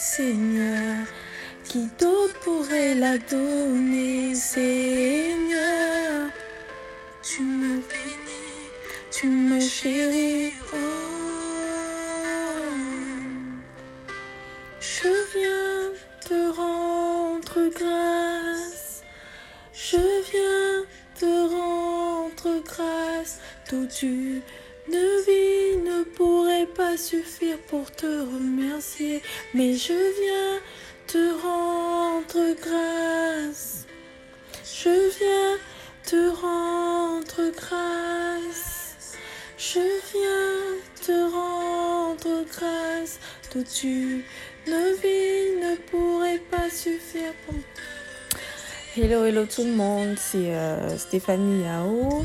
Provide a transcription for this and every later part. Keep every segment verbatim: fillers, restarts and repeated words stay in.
Seigneur. Qui d'autre pourrait la donner, Seigneur? Tu me bénis, tu me chéris. Oh. Je viens te rendre grâce. Je viens te rendre grâce. Toute une vie ne pourrait pas suffire pour te remercier, mais je viens te rendre grâce. Je viens te rendre grâce. Je viens te rendre grâce. Toute une vie ne pourrait pas suffire pour... Hello, hello tout le monde, c'est euh, Stéphanie Yao.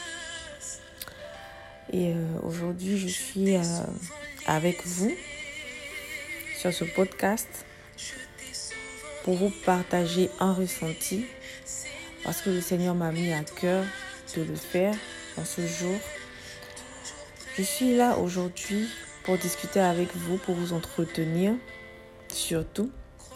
Et euh, aujourd'hui, je suis euh, avec vous sur ce podcast pour vous partager un ressenti parce que le Seigneur m'a mis à cœur de le faire en ce jour. Je suis là aujourd'hui pour discuter avec vous, pour vous entretenir, surtout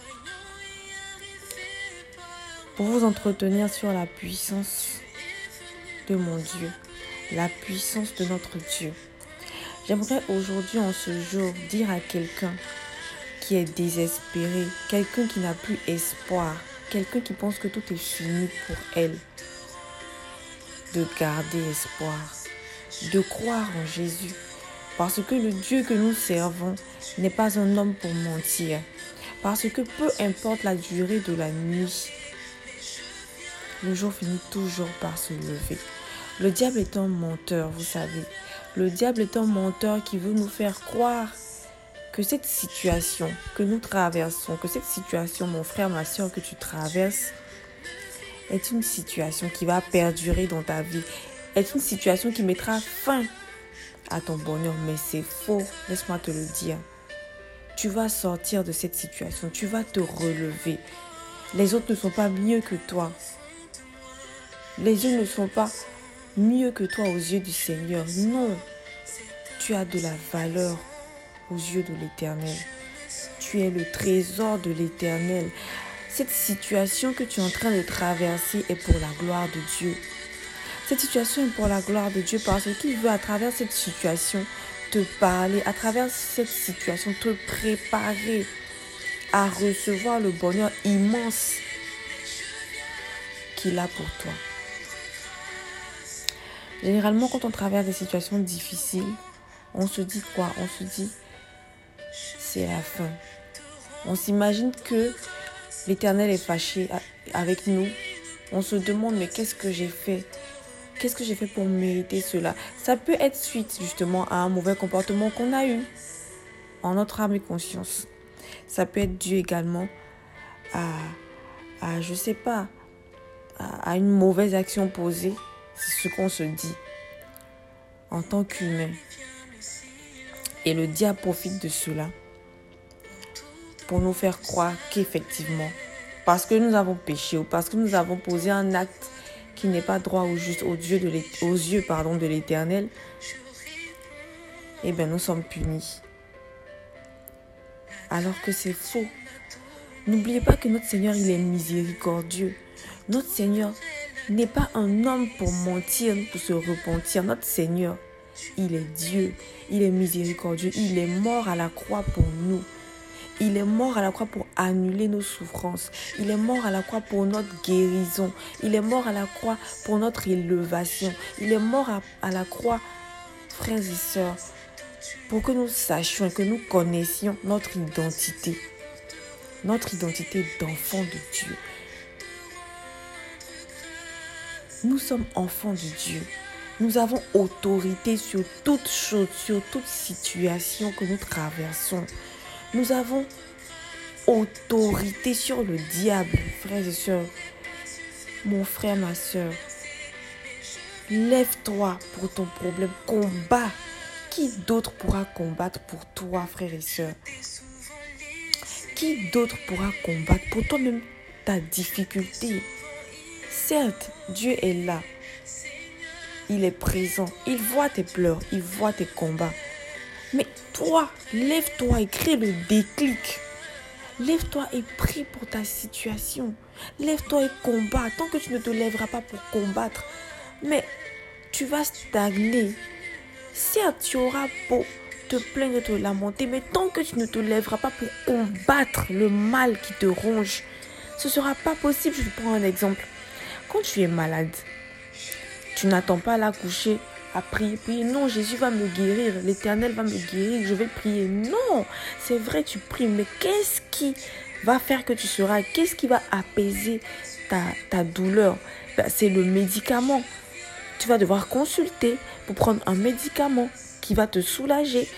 pour vous entretenir sur la puissance de mon Dieu, la puissance de notre Dieu. J'aimerais aujourd'hui, en ce jour, dire à quelqu'un qui est désespéré, quelqu'un qui n'a plus espoir, quelqu'un qui pense que tout est fini pour elle, de garder espoir, de croire en Jésus. Parce que le Dieu que nous servons n'est pas un homme pour mentir. Parce que peu importe la durée de la nuit, le jour finit toujours par se lever. Le diable est un menteur, vous savez. Le diable est un menteur qui veut nous faire croire que cette situation que nous traversons, que cette situation, mon frère, ma soeur, que tu traverses, est une situation qui va perdurer dans ta vie, est une situation qui mettra fin à ton bonheur. Mais c'est faux, laisse-moi te le dire. Tu vas sortir de cette situation, tu vas te relever. Les autres ne sont pas mieux que toi. Les yeux ne sont pas mieux que toi aux yeux du Seigneur. Non, tu as de la valeur aux yeux de l'Éternel. Tu es le trésor de l'Éternel. Cette situation que tu es en train de traverser est pour la gloire de Dieu. Cette situation est pour la gloire de Dieu parce qu'il veut à travers cette situation te parler, à travers cette situation te préparer à recevoir le bonheur immense qu'il a pour toi. Généralement, quand on traverse des situations difficiles, on se dit quoi? On se dit, c'est la fin. On s'imagine que l'Éternel est fâché avec nous. On se demande, mais qu'est-ce que j'ai fait? Qu'est-ce que j'ai fait pour mériter cela? Ça peut être suite justement à un mauvais comportement qu'on a eu en notre âme et conscience. Ça peut être dû également à, à je sais pas, à, à une mauvaise action posée. C'est ce qu'on se dit en tant qu'humain. Et le diable profite de cela pour nous faire croire qu'effectivement, parce que nous avons péché ou parce que nous avons posé un acte qui n'est pas droit ou juste aux yeux de l'é- aux yeux, pardon, de l'Éternel, eh bien nous sommes punis. Alors que c'est faux. N'oubliez pas que notre Seigneur, il est miséricordieux. Notre Seigneur n'est pas un homme pour mentir, pour se repentir. Notre Seigneur, il est Dieu, il est miséricordieux, il est mort à la croix pour nous. Il est mort à la croix pour annuler nos souffrances. Il est mort à la croix pour notre guérison. Il est mort à la croix pour notre élévation. Il est mort à, à la croix, frères et sœurs, pour que nous sachions et que nous connaissions notre identité. Notre identité d'enfant de Dieu. Nous sommes enfants de Dieu. Nous avons autorité sur toute chose, sur toute situation que nous traversons. Nous avons autorité sur le diable, frères et sœurs. Mon frère, ma sœur, lève-toi pour ton problème. Combat. Qui d'autre pourra combattre pour toi, frères et sœurs? Qui d'autre pourra combattre pour toi-même ta difficulté? Certes, Dieu est là. Il est présent. Il voit tes pleurs. Il voit tes combats. Mais toi, lève-toi et crée le déclic Lève-toi et prie pour ta situation. Lève-toi et combat. Tant que tu ne te lèveras pas pour combattre, mais tu vas stagner. Certes, tu auras beau te plaindre, te lamenter, mais tant que tu ne te lèveras pas pour combattre le mal qui te ronge, ce ne sera pas possible. Je prends un exemple. Quand tu es malade, tu n'attends pas à l'accoucher, à prier, prier. Non, Jésus va me guérir, l'Éternel va me guérir, je vais prier. Non, c'est vrai, tu pries, mais qu'est-ce qui va faire que tu seras, qu'est-ce qui va apaiser ta, ta douleur? Ben, c'est le médicament. Tu vas devoir consulter pour prendre un médicament qui va te soulager.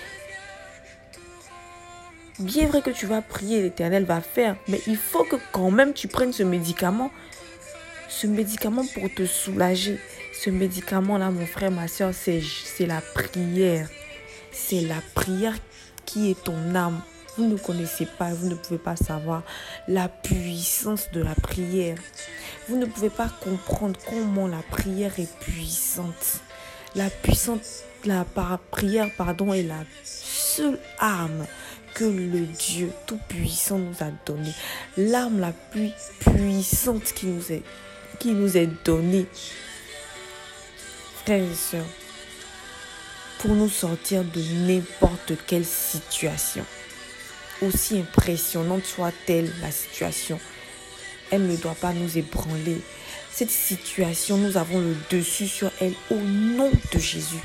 Bien vrai que tu vas prier, l'Éternel va faire, mais il faut que quand même tu prennes ce médicament, ce médicament pour te soulager. Ce médicament-là, mon frère, ma soeur, c'est, c'est la prière. C'est la prière qui est ton âme. Vous ne connaissez pas, vous ne pouvez pas savoir la puissance de la prière. Vous ne pouvez pas comprendre comment la prière est puissante. La puissance, la prière, pardon, est la seule arme que le Dieu Tout-Puissant nous a donnée. L'arme la plus puissante qui nous est, qui nous est donnée. Frères et sœurs, pour nous sortir de n'importe quelle situation, aussi impressionnante soit-elle la situation, elle ne doit pas nous ébranler. Cette situation, nous avons le dessus sur elle au nom de Jésus.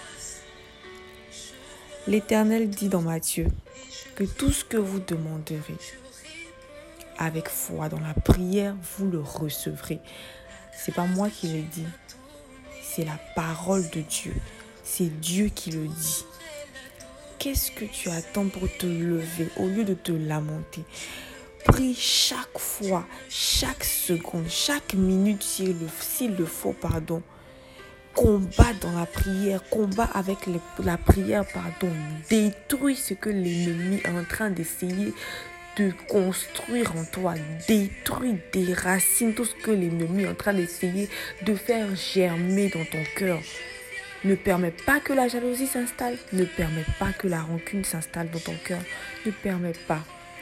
L'Éternel dit dans Matthieu que tout ce que vous demanderez avec foi dans la prière, vous le recevrez. C'est pas moi qui le dis. C'est la parole de Dieu. C'est Dieu qui le dit. Qu'est-ce que tu attends pour te lever au lieu de te lamenter? Prie chaque fois, chaque seconde, chaque minute s'il le, s'il le faut, pardon. Combat dans la prière, combat avec les, la prière, pardon. Détruis ce que l'ennemi est en train d'essayer de construire en toi. Détruis des racines tout ce que l'ennemi est en train d'essayer de faire germer dans ton cœur. Ne permets pas que la jalousie s'installe. Ne permets pas que la rancune s'installe dans ton cœur. Ne permets pas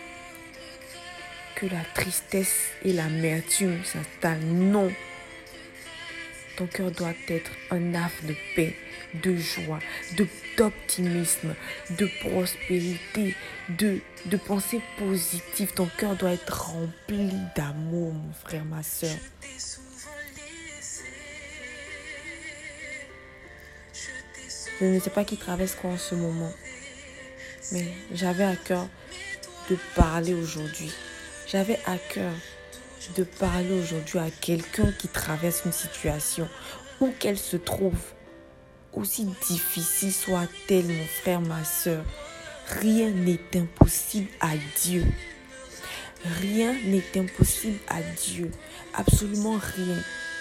que la tristesse et l'amertume s'installent. Non. Ton cœur doit être un havre de paix, de joie, de, d'optimisme, de prospérité, de, de pensées positives. Ton cœur doit être rempli d'amour, mon frère, ma soeur. Je ne sais pas qui traverse quoi en ce moment, mais j'avais à cœur de parler aujourd'hui. J'avais à cœur de parler aujourd'hui à quelqu'un qui traverse une situation où qu'elle se trouve, aussi difficile soit-elle, mon frère, ma soeur. Rien n'est impossible à Dieu. Rien n'est impossible à Dieu. Absolument rien.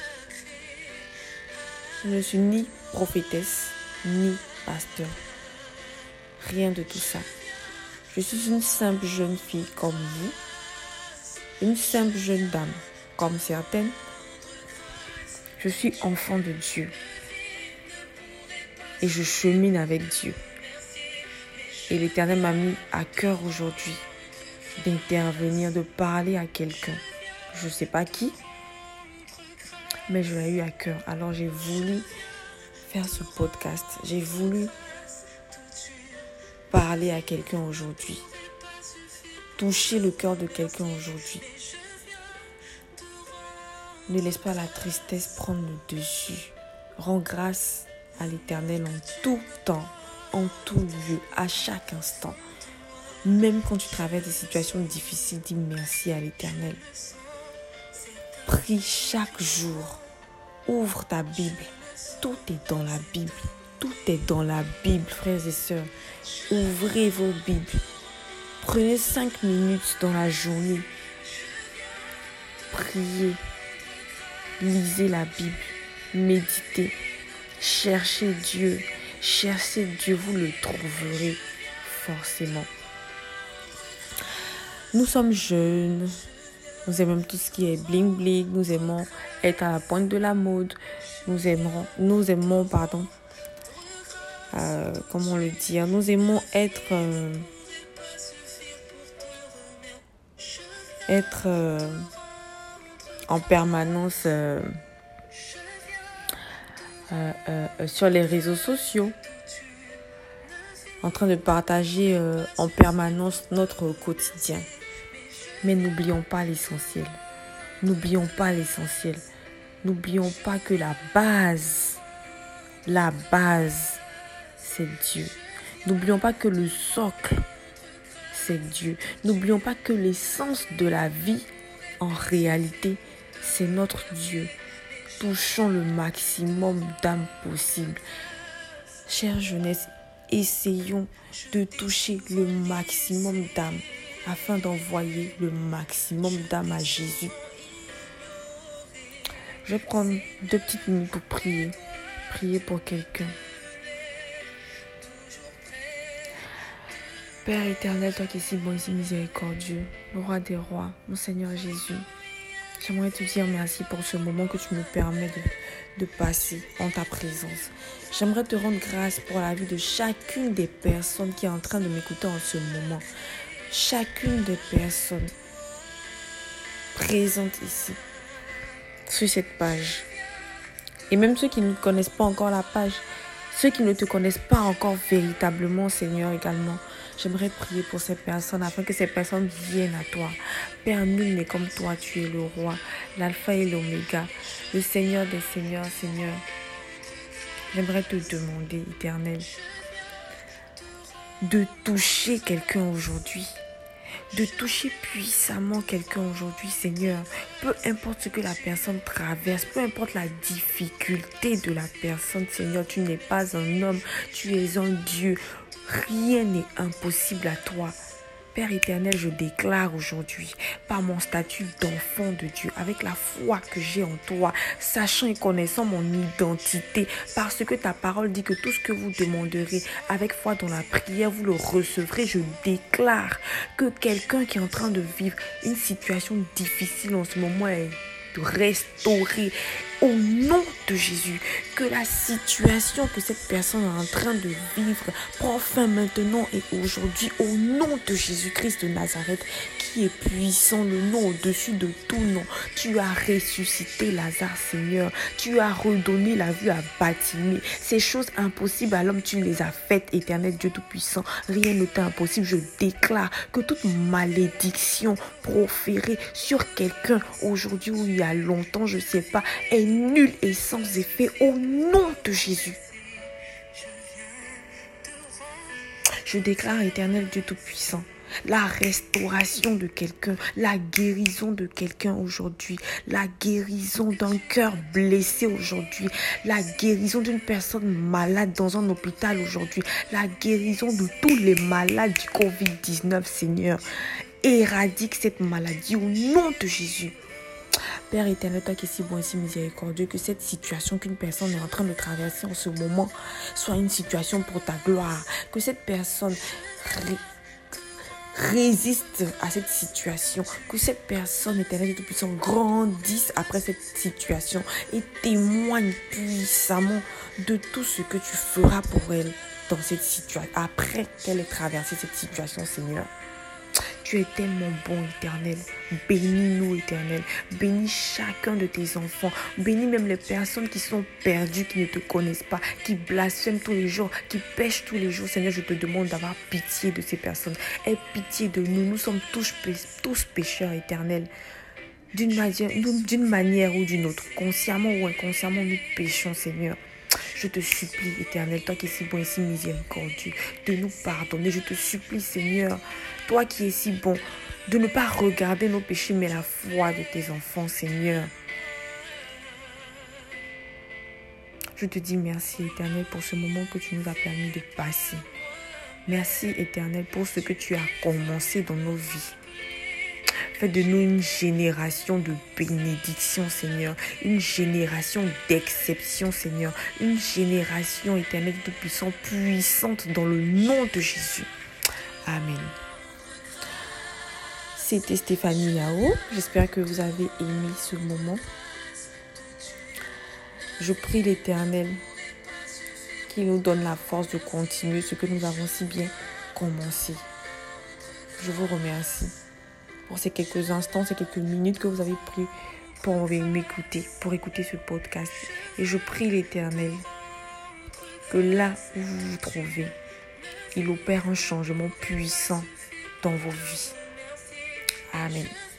Je ne suis ni prophétesse, ni pasteur. Rien de tout ça. Je suis une simple jeune fille comme vous. Une simple jeune dame, comme certaines. Je suis enfant de Dieu. Et je chemine avec Dieu. Et l'Éternel m'a mis à cœur aujourd'hui d'intervenir, de parler à quelqu'un. Je ne sais pas qui, mais je l'ai eu à cœur. Alors j'ai voulu faire ce podcast. J'ai voulu parler à quelqu'un aujourd'hui. Toucher le cœur de quelqu'un aujourd'hui. Ne laisse pas la tristesse prendre le dessus. Rends grâce à l'Éternel en tout temps, en tout lieu, à chaque instant. Même quand tu traverses des situations difficiles, dis merci à l'Éternel. Prie chaque jour. Ouvre ta Bible. Tout est dans la Bible. Tout est dans la Bible, frères et sœurs. Ouvrez vos Bibles. Prenez cinq minutes dans la journée. Priez. Lisez la Bible. Méditez. Cherchez Dieu. Cherchez Dieu. Vous le trouverez forcément. Nous sommes jeunes. Nous aimons tout ce qui est bling bling. Nous aimons être à la pointe de la mode. Nous aimons, nous aimons, pardon. Euh, comment le dire? Nous aimons être... Euh, être euh, en permanence euh, euh, euh, sur les réseaux sociaux, en train de partager euh, en permanence notre quotidien. Mais n'oublions pas l'essentiel. N'oublions pas l'essentiel. N'oublions pas que la base, la base, c'est Dieu. N'oublions pas que le socle, c'est Dieu. N'oublions pas que l'essence de la vie, en réalité, c'est notre Dieu. Touchons le maximum d'âmes possible. Chère jeunesse, essayons de toucher le maximum d'âmes afin d'envoyer le maximum d'âmes à Jésus. Je vais prendre deux petites minutes pour prier. Prier pour quelqu'un. Père éternel, toi qui es si bon et si miséricordieux, le roi des rois, mon Seigneur Jésus, j'aimerais te dire merci pour ce moment que tu me permets de, de passer en ta présence. J'aimerais te rendre grâce pour la vie de chacune des personnes qui est en train de m'écouter en ce moment. Chacune des personnes présentes ici, sur cette page. Et même ceux qui ne connaissent pas encore la page, ceux qui ne te connaissent pas encore véritablement, Seigneur, également. J'aimerais prier pour ces personnes afin que ces personnes viennent à toi. Père, nul n'est comme toi, tu es le roi, l'alpha et l'oméga, le Seigneur des seigneurs, Seigneur. J'aimerais te demander, éternel, de toucher quelqu'un aujourd'hui. De toucher puissamment quelqu'un aujourd'hui, Seigneur. Peu importe ce que la personne traverse, peu importe la difficulté de la personne, Seigneur, tu n'es pas un homme, tu es un Dieu. Rien n'est impossible à toi. Père éternel, je déclare aujourd'hui, par mon statut d'enfant de Dieu, avec la foi que j'ai en toi, sachant et connaissant mon identité, parce que ta parole dit que tout ce que vous demanderez avec foi dans la prière, vous le recevrez. Je déclare que quelqu'un qui est en train de vivre une situation difficile en ce moment est restauré au nom de Jésus, que la situation que cette personne est en train de vivre prend fin maintenant et aujourd'hui au nom de Jésus-Christ de Nazareth, qui est puissant, le nom au-dessus de tout nom. Tu as ressuscité Lazare, Seigneur. Tu as redonné la vue à Bartimée. Ces choses impossibles à l'homme, tu les as faites, éternel Dieu Tout-Puissant. Rien n'est impossible. Je déclare que toute malédiction proférée sur quelqu'un aujourd'hui ou il y a longtemps, je ne sais pas, est nulle et sans effet au nom de Jésus. Je déclare, éternel Dieu Tout-Puissant, la restauration de quelqu'un, la guérison de quelqu'un aujourd'hui, la guérison d'un cœur blessé aujourd'hui, la guérison d'une personne malade dans un hôpital aujourd'hui, la guérison de tous les malades du covid dix-neuf, Seigneur. Éradique cette maladie au nom de Jésus. Père éternel, toi qui es si bon et si miséricordieux, que cette situation qu'une personne est en train de traverser en ce moment soit une situation pour ta gloire. Que cette personne ré résiste à cette situation. Que cette personne, éternel Dieu Tout-Puissant, grandisse après cette situation et témoigne puissamment de tout ce que tu feras pour elle dans cette situation, après qu'elle ait traversé cette situation, Seigneur. Tu es tellement bon, éternel. Bénis-nous, éternel. Bénis chacun de tes enfants. Bénis même les personnes qui sont perdues, qui ne te connaissent pas, qui blasphèment tous les jours, qui pêchent tous les jours. Seigneur, je te demande d'avoir pitié de ces personnes. Aie pitié de nous. Nous sommes tous, tous pécheurs, éternels. D'une manière, d'une manière ou d'une autre, consciemment ou inconsciemment, nous péchons, Seigneur. Je te supplie, éternel, toi qui es si bon et si miséricordieux, de nous pardonner. Je te supplie, Seigneur, toi qui es si bon, de ne pas regarder nos péchés, mais la foi de tes enfants, Seigneur. Je te dis merci, éternel, pour ce moment que tu nous as permis de passer. Merci, éternel, pour ce que tu as commencé dans nos vies. Fais de nous une génération de bénédiction, Seigneur. Une génération d'exception, Seigneur. Une génération éternelle de puissance, puissante dans le nom de Jésus. Amen. C'était Stéphanie Lao. J'espère que vous avez aimé ce moment. Je prie l'Éternel qu'il nous donne la force de continuer ce que nous avons si bien commencé. Je vous remercie. pour ces quelques instants, ces quelques minutes que vous avez pris pour m'écouter, pour écouter ce podcast. Et je prie l'Éternel que là où vous vous trouvez, il opère un changement puissant dans vos vies. Amen.